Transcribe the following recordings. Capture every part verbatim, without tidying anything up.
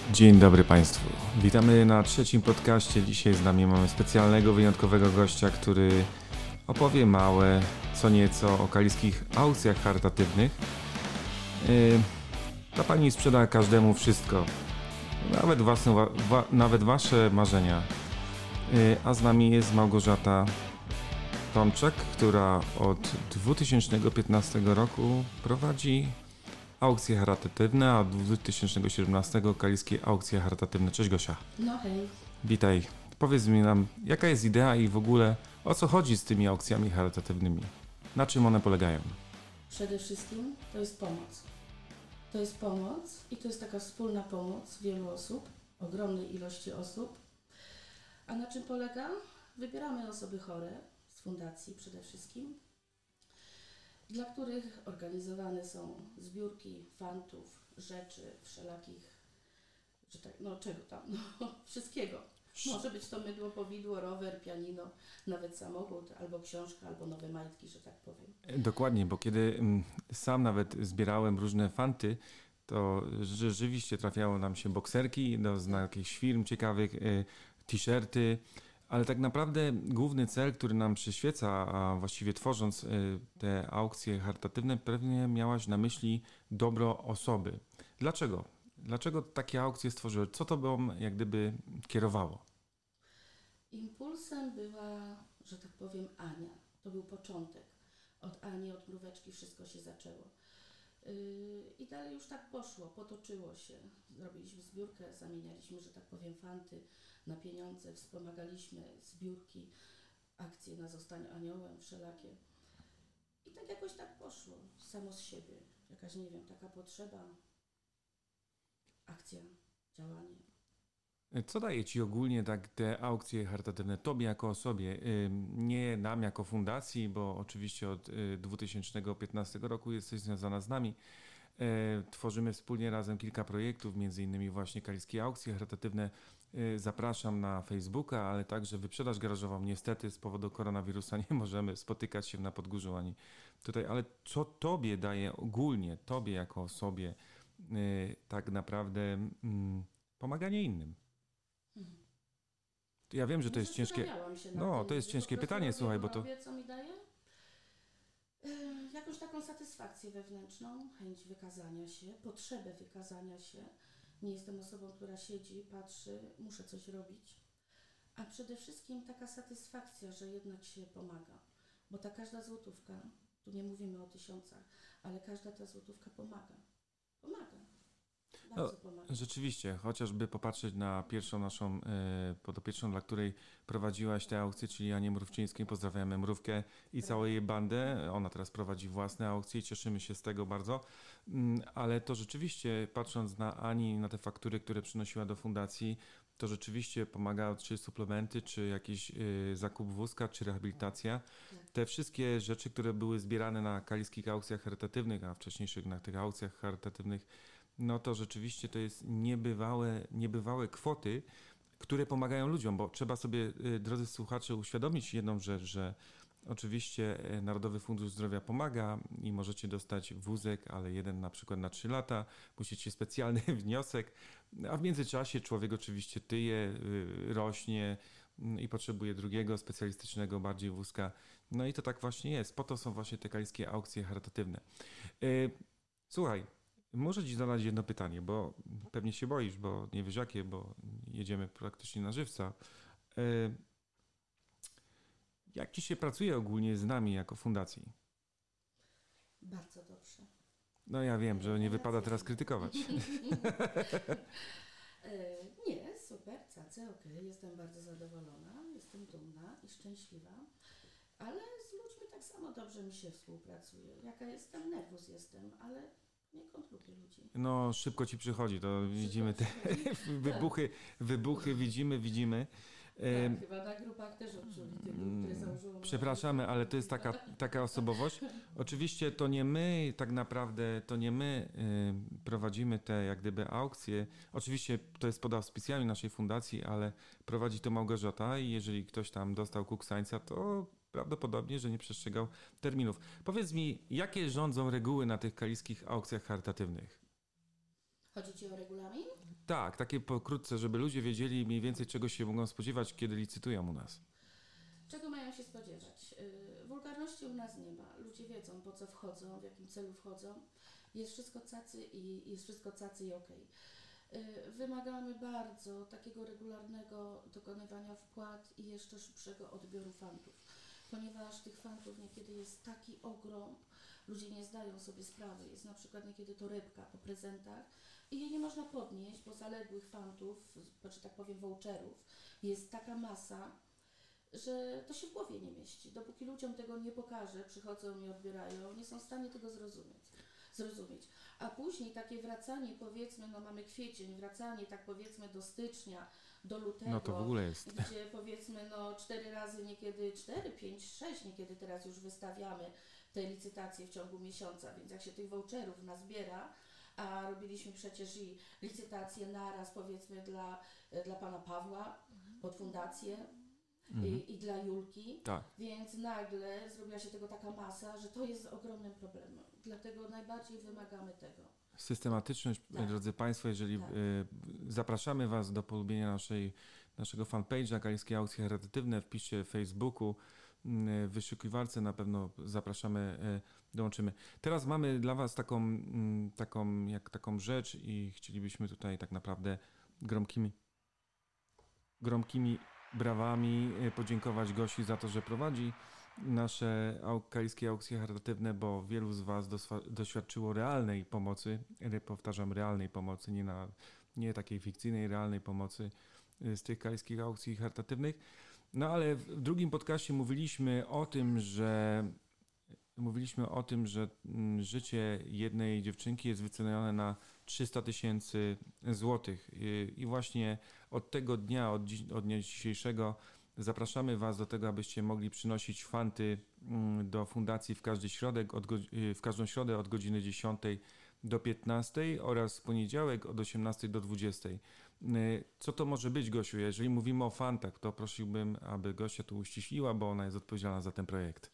Dzień dobry Państwu. Witamy na trzecim podcaście. Dzisiaj z nami mamy specjalnego, wyjątkowego gościa, który opowie małe, co nieco o kaliskich aukcjach charytatywnych. Yy, ta pani sprzeda każdemu wszystko, nawet, własne, wa, nawet wasze marzenia. Yy, a z nami jest Małgorzata Tomczak, która od dwa tysiące piętnastego roku prowadzi aukcje charytatywne, a od dwa tysiące siedemnastego kaliskie aukcje charytatywne. Cześć Gosia. No hej. Witaj. Powiedz mi nam, jaka jest idea i w ogóle o co chodzi z tymi aukcjami charytatywnymi? Na czym one polegają? Przede wszystkim to jest pomoc. To jest pomoc i to jest taka wspólna pomoc wielu osób, ogromnej ilości osób. A na czym polega? Wybieramy osoby chore z fundacji przede wszystkim, dla których organizowane są zbiórki fantów, rzeczy, wszelakich, że tak, no czego tam, no wszystkiego. Może być to mydło, powidło, rower, pianino, nawet samochód, albo książka, albo nowe majtki, że tak powiem. Dokładnie, bo kiedy mm, sam nawet zbierałem różne fanty, to rzeczywiście trafiało nam się bokserki do z jakichś firm ciekawych, y, t-shirty, ale tak naprawdę główny cel, który nam przyświeca, a właściwie tworząc te aukcje charytatywne, pewnie miałaś na myśli dobro osoby. Dlaczego? Dlaczego takie aukcje stworzyły? Co to wam jak gdyby kierowało? Impulsem była, że tak powiem, Ania. To był początek. Od Ani, od mróweczki wszystko się zaczęło. Yy, I dalej już tak poszło, potoczyło się. Zrobiliśmy zbiórkę, zamienialiśmy, że tak powiem, fanty na pieniądze, wspomagaliśmy zbiórki, akcje na Zostań Aniołem, wszelakie. I tak jakoś tak poszło, samo z siebie. Jakaś, nie wiem, taka potrzeba, akcja, działanie. Co daje Ci ogólnie tak te aukcje charytatywne, Tobie jako osobie, nie nam jako fundacji, bo oczywiście od dwa tysiące piętnastego roku jesteś związana z nami. Tworzymy wspólnie razem kilka projektów, między innymi właśnie kaliskie aukcje charytatywne. Zapraszam na Facebooka, ale także wyprzedaż garażową. Niestety z powodu koronawirusa nie możemy spotykać się na Podgórzu ani tutaj, ale co Tobie daje ogólnie, Tobie jako osobie tak naprawdę pomaganie innym? Ja wiem, że to jest ciężkie. No, to jest ciężkie pytanie, słuchaj, bo to. Co mi daje? Yy, jakąś taką satysfakcję wewnętrzną, chęć wykazania się, potrzebę wykazania się. Nie jestem osobą, która siedzi, patrzy, muszę coś robić. A przede wszystkim taka satysfakcja, że jednak się pomaga. Bo ta każda złotówka, tu nie mówimy o tysiącach, ale każda ta złotówka pomaga. Pomaga. No, rzeczywiście, chociażby popatrzeć na pierwszą naszą e, podopieczną, dla której prowadziłaś te aukcje, czyli Anię Mrówczyńską. Pozdrawiamy Mrówkę i całą jej bandę. Ona teraz prowadzi własne aukcje i cieszymy się z tego bardzo. Mm, ale to rzeczywiście, patrząc na Ani, na te faktury, które przynosiła do fundacji, to rzeczywiście pomaga, czy suplementy, czy jakiś y, zakup wózka, czy rehabilitacja. Tak. Te wszystkie rzeczy, które były zbierane na kaliskich aukcjach charytatywnych, a wcześniejszych na tych aukcjach charytatywnych, no to rzeczywiście to jest niebywałe, niebywałe kwoty, które pomagają ludziom, bo trzeba sobie, drodzy słuchacze, uświadomić jedną rzecz, że oczywiście Narodowy Fundusz Zdrowia pomaga i możecie dostać wózek, ale jeden na przykład na trzy lata, musicie specjalny wniosek, a w międzyczasie człowiek oczywiście tyje, rośnie i potrzebuje drugiego, specjalistycznego bardziej wózka. No i to tak właśnie jest. Po to są właśnie te kaliskie aukcje charytatywne. Słuchaj, muszę Ci zadać jedno pytanie, bo pewnie się boisz, bo nie wiesz jakie, bo jedziemy praktycznie na żywca. Jak Ci się pracuje ogólnie z nami jako fundacji? Bardzo dobrze. No ja wiem, że nie wypada teraz krytykować. Nie, super, cacy, okej, okay. Jestem bardzo zadowolona, jestem dumna i szczęśliwa, ale z ludźmi tak samo dobrze mi się współpracuje. Jaka jestem, nerwus jestem, ale niekąd lubię ludzi. No szybko Ci przychodzi, to szybko widzimy te wybuchy, wybuchy, widzimy, widzimy. Tak, chyba na grupach też odczuli te grupy, które założyło. Przepraszamy, ale to jest taka, taka osobowość. Oczywiście to nie my, tak naprawdę to nie my y, prowadzimy te jak gdyby aukcje. Oczywiście to jest pod auspicjami naszej fundacji, ale prowadzi to Małgorzata i jeżeli ktoś tam dostał kuksańca, to prawdopodobnie, że nie przestrzegał terminów. Powiedz mi, jakie rządzą reguły na tych kaliskich aukcjach charytatywnych? Chodzi Ci o regulamin? Tak, takie pokrótce, żeby ludzie wiedzieli mniej więcej czego się mogą spodziewać, kiedy licytują u nas. Czego mają się spodziewać? Yy, wulgarności u nas nie ma. Ludzie wiedzą, po co wchodzą, w jakim celu wchodzą. Jest wszystko cacy i jest wszystko cacy i okej. Yy, wymagamy bardzo takiego regularnego dokonywania wpłat i jeszcze szybszego odbioru fantów. Ponieważ tych fantów niekiedy jest taki ogrom, ludzie nie zdają sobie sprawy. Jest na przykład niekiedy torebka po prezentach i jej nie można podnieść, bo zaległych fantów, czy tak powiem voucherów, jest taka masa, że to się w głowie nie mieści. Dopóki ludziom tego nie pokażę, przychodzą i odbierają, nie są w stanie tego zrozumieć. zrozumieć. A później takie wracanie, powiedzmy, no mamy kwiecień, wracanie tak powiedzmy do stycznia, do lutego, No to w ogóle jest. gdzie powiedzmy no cztery razy, niekiedy cztery, pięć, sześć, niekiedy teraz już wystawiamy te licytacje w ciągu miesiąca, więc jak się tych voucherów nazbiera, a robiliśmy przecież i licytacje naraz powiedzmy dla, dla pana Pawła pod fundację, Mhm. I, i dla Julki, Tak. więc nagle zrobiła się tego taka masa, że to jest ogromnym problemem. Dlatego najbardziej wymagamy tego. Systematyczność, Tak. drodzy Państwo, jeżeli Tak. y, zapraszamy Was do polubienia naszej, naszego fanpage'a Kaliskie Aukcje Charytatywne, wpiszcie w Facebooku, y, w wyszukiwarce na pewno zapraszamy, y, dołączymy. Teraz mamy dla Was taką, y, taką, jak, taką rzecz i chcielibyśmy tutaj tak naprawdę gromkimi, gromkimi brawami podziękować Gosi za to, że prowadzi nasze au- kaliskie aukcje charytatywne, bo wielu z Was doswa- doświadczyło realnej pomocy, re- powtarzam, realnej pomocy, nie, na, nie takiej fikcyjnej, realnej pomocy y, z tych kaliskich aukcji charytatywnych. No ale w drugim podcaście mówiliśmy o tym, że mówiliśmy o tym, że mm, życie jednej dziewczynki jest wycenione na trzysta tysięcy złotych. I, I właśnie od tego dnia, od, dziś, od dnia dzisiejszego zapraszamy Was do tego, abyście mogli przynosić fanty mm, do fundacji w każdy środek, od, godz- y, w każdą środę od godziny dziesiątej do piętnastej oraz w poniedziałek od osiemnastej do dwudziestej. Y, Co to może być, Gosiu? Jeżeli mówimy o fantach, to prosiłbym, aby Gosia tu uściśliła, bo ona jest odpowiedzialna za ten projekt.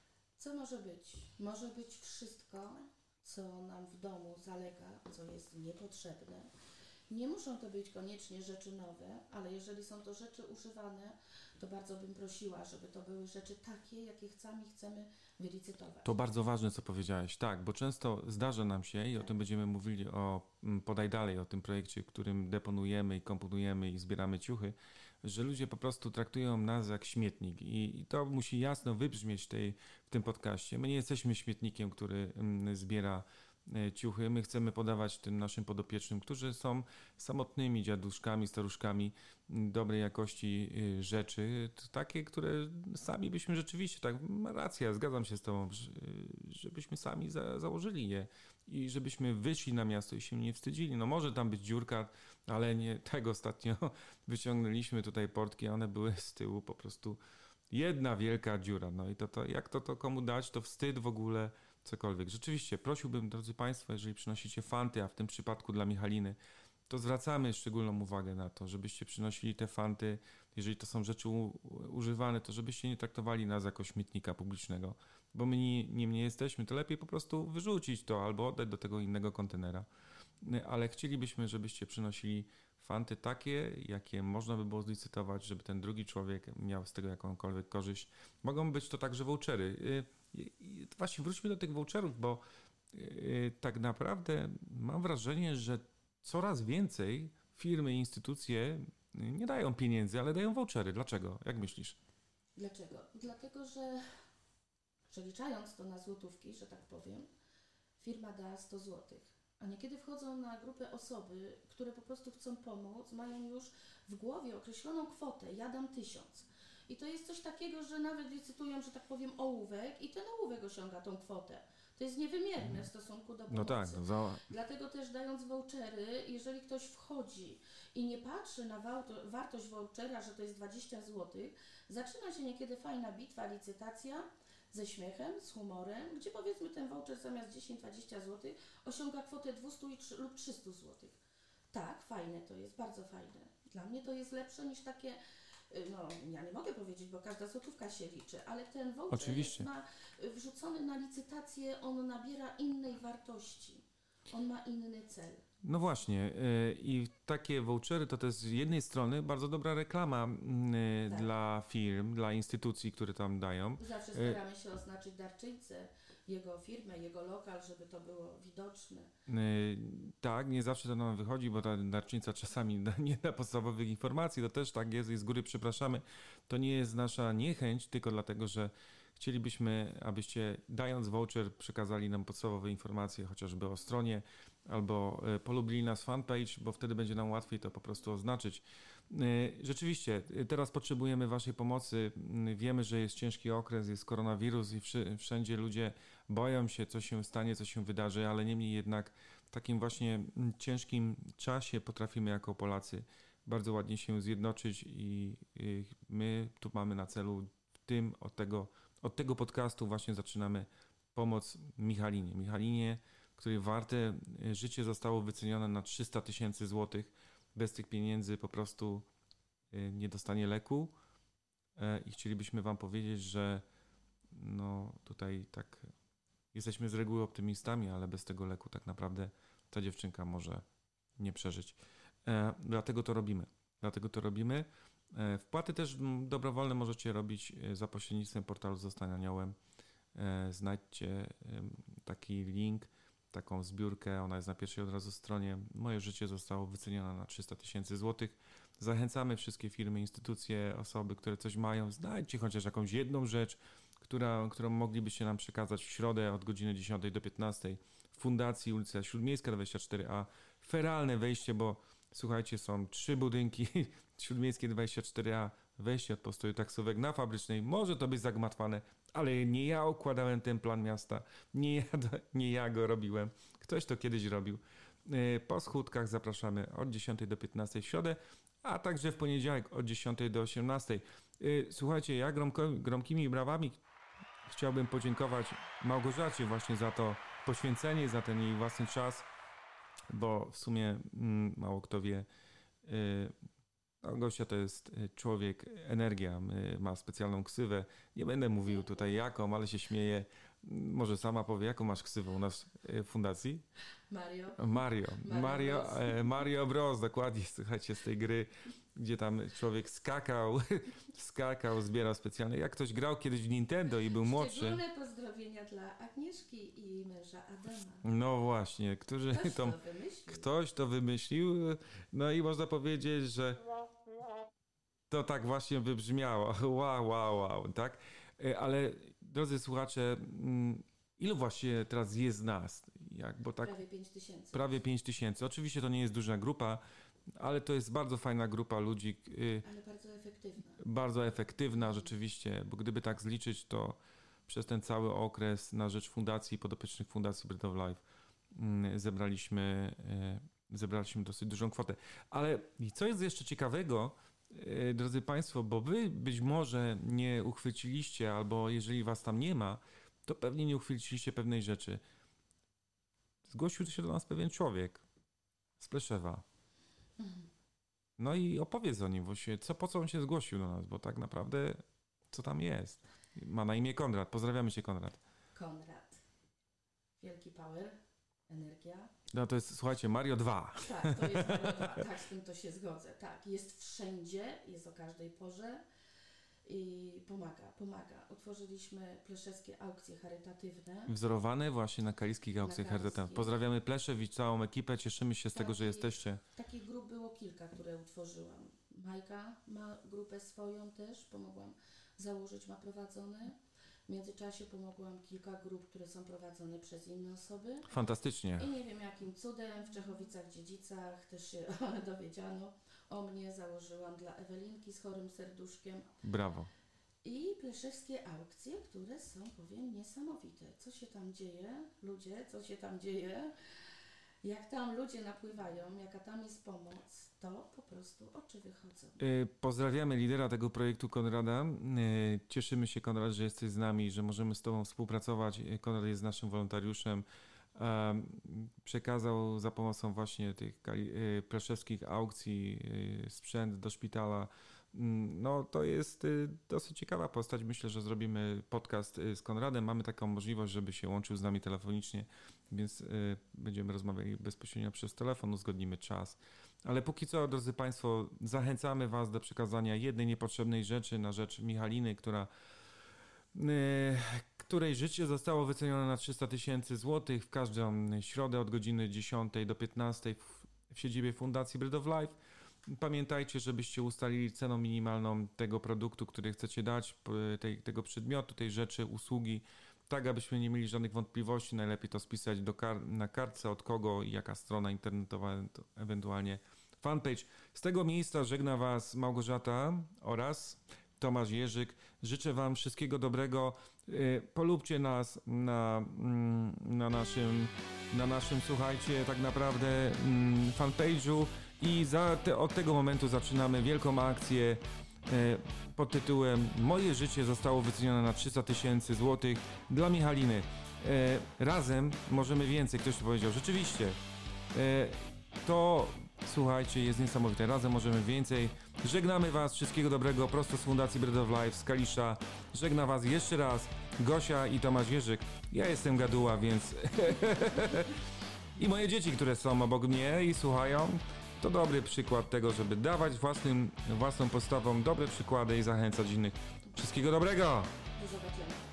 Co może być? Może być wszystko, co nam w domu zalega, co jest niepotrzebne. Nie muszą to być koniecznie rzeczy nowe, ale jeżeli są to rzeczy używane, to bardzo bym prosiła, żeby to były rzeczy takie, jakie sami chcemy wylicytować. To bardzo ważne, co powiedziałeś. Tak, bo często zdarza nam się, i o tym będziemy mówili o mm, Podaj Dalej, o tym projekcie, w którym deponujemy i komponujemy i zbieramy ciuchy, że ludzie po prostu traktują nas jak śmietnik i, i to musi jasno wybrzmieć tej, w tym podcaście. My nie jesteśmy śmietnikiem, który mm, zbiera e, ciuchy. My chcemy podawać tym naszym podopiecznym, którzy są samotnymi dziaduszkami, staruszkami, m, dobrej jakości y, rzeczy, t- takie, które sami byśmy rzeczywiście, tak, ma racja, zgadzam się z Tobą, że- żebyśmy sami za, założyli je i żebyśmy wyszli na miasto i się nie wstydzili. No może tam być dziurka, ale nie tego ostatnio wyciągnęliśmy tutaj portki, a one były z tyłu po prostu jedna wielka dziura. No i to, to jak to, to komu dać, to wstyd w ogóle, cokolwiek. Rzeczywiście, prosiłbym, drodzy Państwo, jeżeli przynosicie fanty, a w tym przypadku dla Michaliny, to zwracamy szczególną uwagę na to, żebyście przynosili te fanty, jeżeli to są rzeczy u, używane, to żebyście nie traktowali nas jako śmietnika publicznego, bo my nie, nim nie jesteśmy, to lepiej po prostu wyrzucić to albo oddać do tego innego kontenera. Ale chcielibyśmy, żebyście przynosili fanty takie, jakie można by było zlicytować, żeby ten drugi człowiek miał z tego jakąkolwiek korzyść. Mogą być to także vouchery. Y, y, Właśnie wróćmy do tych voucherów, bo y, tak naprawdę mam wrażenie, że coraz więcej firmy i instytucje nie dają pieniędzy, ale dają vouchery. Dlaczego? Jak myślisz? Dlaczego? Dlatego, że przeliczając to na złotówki, że tak powiem, firma da sto złotych. A niekiedy wchodzą na grupę osoby, które po prostu chcą pomóc, mają już w głowie określoną kwotę, ja dam tysiąc. I to jest coś takiego, że nawet licytują, że tak powiem, ołówek i ten ołówek osiąga tą kwotę. To jest niewymierne w stosunku do pomocy. No tak, no za... Dlatego też dając vouchery, jeżeli ktoś wchodzi i nie patrzy na wałto, wartość vouchera, że to jest dwadzieścia złotych, zaczyna się niekiedy fajna bitwa, licytacja ze śmiechem, z humorem, gdzie powiedzmy ten voucher zamiast dziesięć dwadzieścia złotych osiąga kwotę dwieście i trzy, lub trzysta złotych. Tak, fajne to jest, bardzo fajne. Dla mnie to jest lepsze niż takie, no ja nie mogę powiedzieć, bo każda złotówka się liczy, ale ten voucher Oczywiście. jest na, wrzucony na licytację, on nabiera innej wartości. On ma inny cel. No właśnie, y, i takie vouchery to też z jednej strony bardzo dobra reklama y, Tak. dla firm, dla instytucji, które tam dają. Zawsze staramy się oznaczyć darczyńcę, jego firmę, jego lokal, żeby to było widoczne. Y, Tak, nie zawsze to nam wychodzi, bo ta darczyńca czasami da- nie da podstawowych informacji, to też tak jest i z góry przepraszamy. To nie jest nasza niechęć, tylko dlatego, że chcielibyśmy, abyście dając voucher przekazali nam podstawowe informacje, chociażby o stronie, albo y, polubili nas fanpage, bo wtedy będzie nam łatwiej to po prostu oznaczyć. Y, Rzeczywiście, y, teraz potrzebujemy Waszej pomocy. Y, Wiemy, że jest ciężki okres, jest koronawirus i wszy- wszędzie ludzie boją się, co się stanie, co się wydarzy, ale niemniej jednak w takim właśnie mm, ciężkim czasie potrafimy jako Polacy bardzo ładnie się zjednoczyć i y, my tu mamy na celu w tym, od tego, od tego podcastu właśnie zaczynamy pomoc Michalinie. Michalinie, której warte y, życie zostało wycenione na trzysta tysięcy złotych. Bez tych pieniędzy po prostu y, nie dostanie leku. E, I chcielibyśmy Wam powiedzieć, że no tutaj tak jesteśmy z reguły optymistami, ale bez tego leku tak naprawdę ta dziewczynka może nie przeżyć. E, dlatego to robimy. Dlatego to robimy. E, wpłaty też m, dobrowolne możecie robić e, za pośrednictwem portalu Zostań Aniołem. E, znajdźcie em, taki link, taką zbiórkę, ona jest na pierwszej od razu stronie. Moje życie zostało wycenione na trzysta tysięcy złotych. Zachęcamy wszystkie firmy, instytucje, osoby, które coś mają. Znajdźcie chociaż jakąś jedną rzecz, która, którą moglibyście nam przekazać w środę od godziny dziesiątej do piętnastej w Fundacji ulica Śródmiejska dwadzieścia cztery A. Feralne wejście, bo słuchajcie, są trzy budynki, Śródmiejskie dwadzieścia cztery A, wejście od postoju taksówek na Fabrycznej. Może to być zagmatwane, ale nie ja układałem ten plan miasta, nie ja, nie ja go robiłem. Ktoś to kiedyś robił. Yy, Po schódkach zapraszamy od dziesiątej do piętnastej w środę, a także w poniedziałek od dziesiątej do osiemnastej. Yy, Słuchajcie, ja gromko, gromkimi brawami chciałbym podziękować Małgorzacie właśnie za to poświęcenie, za ten jej własny czas, bo w sumie mm, mało kto wie, yy, no, Gosia to jest y, człowiek, energia, y, ma specjalną ksywę. Nie będę mówił tutaj jaką, ale się śmieję. Mm, Może sama powie, jaką masz ksywę u nas y, w fundacji? Mario. Mario. Mario Mario, Bros. e, Mario Bros, dokładnie, słuchajcie, z tej gry, gdzie tam człowiek skakał, skakał, zbierał specjalnie. Jak ktoś grał kiedyś w Nintendo i był młodszy. Szczególne pozdrowienia dla Agnieszki i męża Adama. No właśnie, którzy Ktoś to, to wymyślił. ktoś to wymyślił. No i można powiedzieć, że to tak właśnie wybrzmiało. Wow, wow, wow, tak? E, Ale drodzy słuchacze, mm, ilu właściwie teraz jest nas? Jak, bo tak Prawie pięć tysięcy. prawie pięć tysięcy. Oczywiście to nie jest duża grupa, ale to jest bardzo fajna grupa ludzi, y, Ale bardzo efektywna. bardzo efektywna rzeczywiście, bo gdyby tak zliczyć, to przez ten cały okres na rzecz fundacji, podopiecznych fundacji Bread of Life mm, zebraliśmy, y, zebraliśmy dosyć dużą kwotę. Ale i co jest jeszcze ciekawego, y, drodzy Państwo, bo Wy być może nie uchwyciliście, albo jeżeli Was tam nie ma, to pewnie nie uchwyciliście pewnej rzeczy. Zgłosił się do nas pewien człowiek z Pleszewa. No i opowiedz o nim właśnie, co, po co on się zgłosił do nas, bo tak naprawdę co tam jest. Ma na imię Konrad. Pozdrawiamy Cię, Konrad. Konrad. Wielki power, energia. No to jest, słuchajcie, Mario dwa. Tak, to jest Mario dwa. Tak, z tym to się zgodzę. Tak, jest wszędzie, jest o każdej porze i pomaga, pomaga. Utworzyliśmy pleszewskie aukcje charytatywne. Wzorowane właśnie na kaliskich aukcjach Na kaliskich. charytatywnych. Pozdrawiamy Pleszew i całą ekipę. Cieszymy się z tego, że Taki- jesteście. Takich grup było kilka, które utworzyłam. Majka ma grupę swoją też, pomogłam założyć, ma prowadzone. W międzyczasie pomogłam kilka grup, które są prowadzone przez inne osoby. Fantastycznie. I nie wiem jakim cudem w Czechowicach-Dziedzicach też się dowiedziano o mnie, założyłam dla Ewelinki z chorym serduszkiem. Brawo. I pleszewskie aukcje, które są, powiem, niesamowite. Co się tam dzieje, ludzie, co się tam dzieje, jak tam ludzie napływają, jaka tam jest pomoc, to po prostu oczy wychodzą. Y, Pozdrawiamy lidera tego projektu, Konrada. Y, Cieszymy się, Konrad, że jesteś z nami, że możemy z Tobą współpracować. Y, Konrad jest naszym wolontariuszem. Em, Przekazał za pomocą właśnie tych kali- y, pleszewskich aukcji y, sprzęt do szpitala, No to jest dosyć ciekawa postać. Myślę, że zrobimy podcast z Konradem. Mamy taką możliwość, żeby się łączył z nami telefonicznie, więc będziemy rozmawiali bezpośrednio przez telefon, uzgodnimy czas. Ale póki co, drodzy Państwo, zachęcamy Was do przekazania jednej niepotrzebnej rzeczy na rzecz Michaliny, która, której życie zostało wycenione na trzysta tysięcy złotych w każdą środę od godziny dziesiątej do piętnastej w, w siedzibie Fundacji Bread of Life. Pamiętajcie, żebyście ustalili cenę minimalną tego produktu, który chcecie dać, tej, tego przedmiotu, tej rzeczy, usługi, tak abyśmy nie mieli żadnych wątpliwości. Najlepiej to spisać do kar- na kartce, od kogo i jaka strona internetowa, ewentualnie fanpage. Z tego miejsca żegna Was Małgorzata oraz Tomasz Jerzyk. Życzę Wam wszystkiego dobrego. Polubcie nas na, na, naszym, na naszym, słuchajcie, tak naprawdę fanpage'u i za te, od tego momentu zaczynamy wielką akcję pod tytułem Moje życie zostało wycenione na trzysta tysięcy złotych dla Michaliny. Razem możemy więcej, ktoś tu powiedział. Rzeczywiście, to słuchajcie, jest niesamowite. Razem możemy więcej. Żegnamy Was, wszystkiego dobrego, prosto z Fundacji Bread of Life z Kalisza. Żegna Was jeszcze raz Gosia i Tomasz Jerzyk. Ja jestem gaduła, więc i moje dzieci, które są obok mnie i słuchają, to dobry przykład tego, żeby dawać własnym, własną postawą dobre przykłady i zachęcać innych. Wszystkiego dobrego! Do zobaczenia.